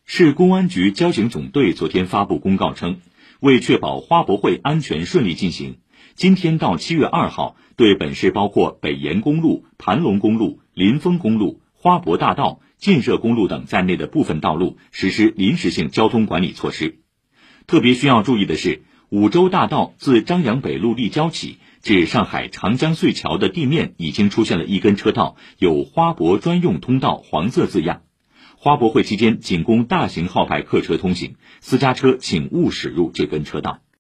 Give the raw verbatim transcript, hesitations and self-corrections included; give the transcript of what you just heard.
市公安局交警总队昨天发布公告称，为确保花博会安全顺利进行，今天到七月二号，对本市包括北延公路、盘龙公路、临沣公路、花博大道、建设公路等在内的部分道路实施临时性交通管理措施。特别需要注意的是，五洲大道自张杨北路立交起至上海长江隧桥的地面已经出现了一根车道，有花博专用通道黄色字样。花博会期间仅供大型号牌客车通行，私家车请勿驶入这根车道。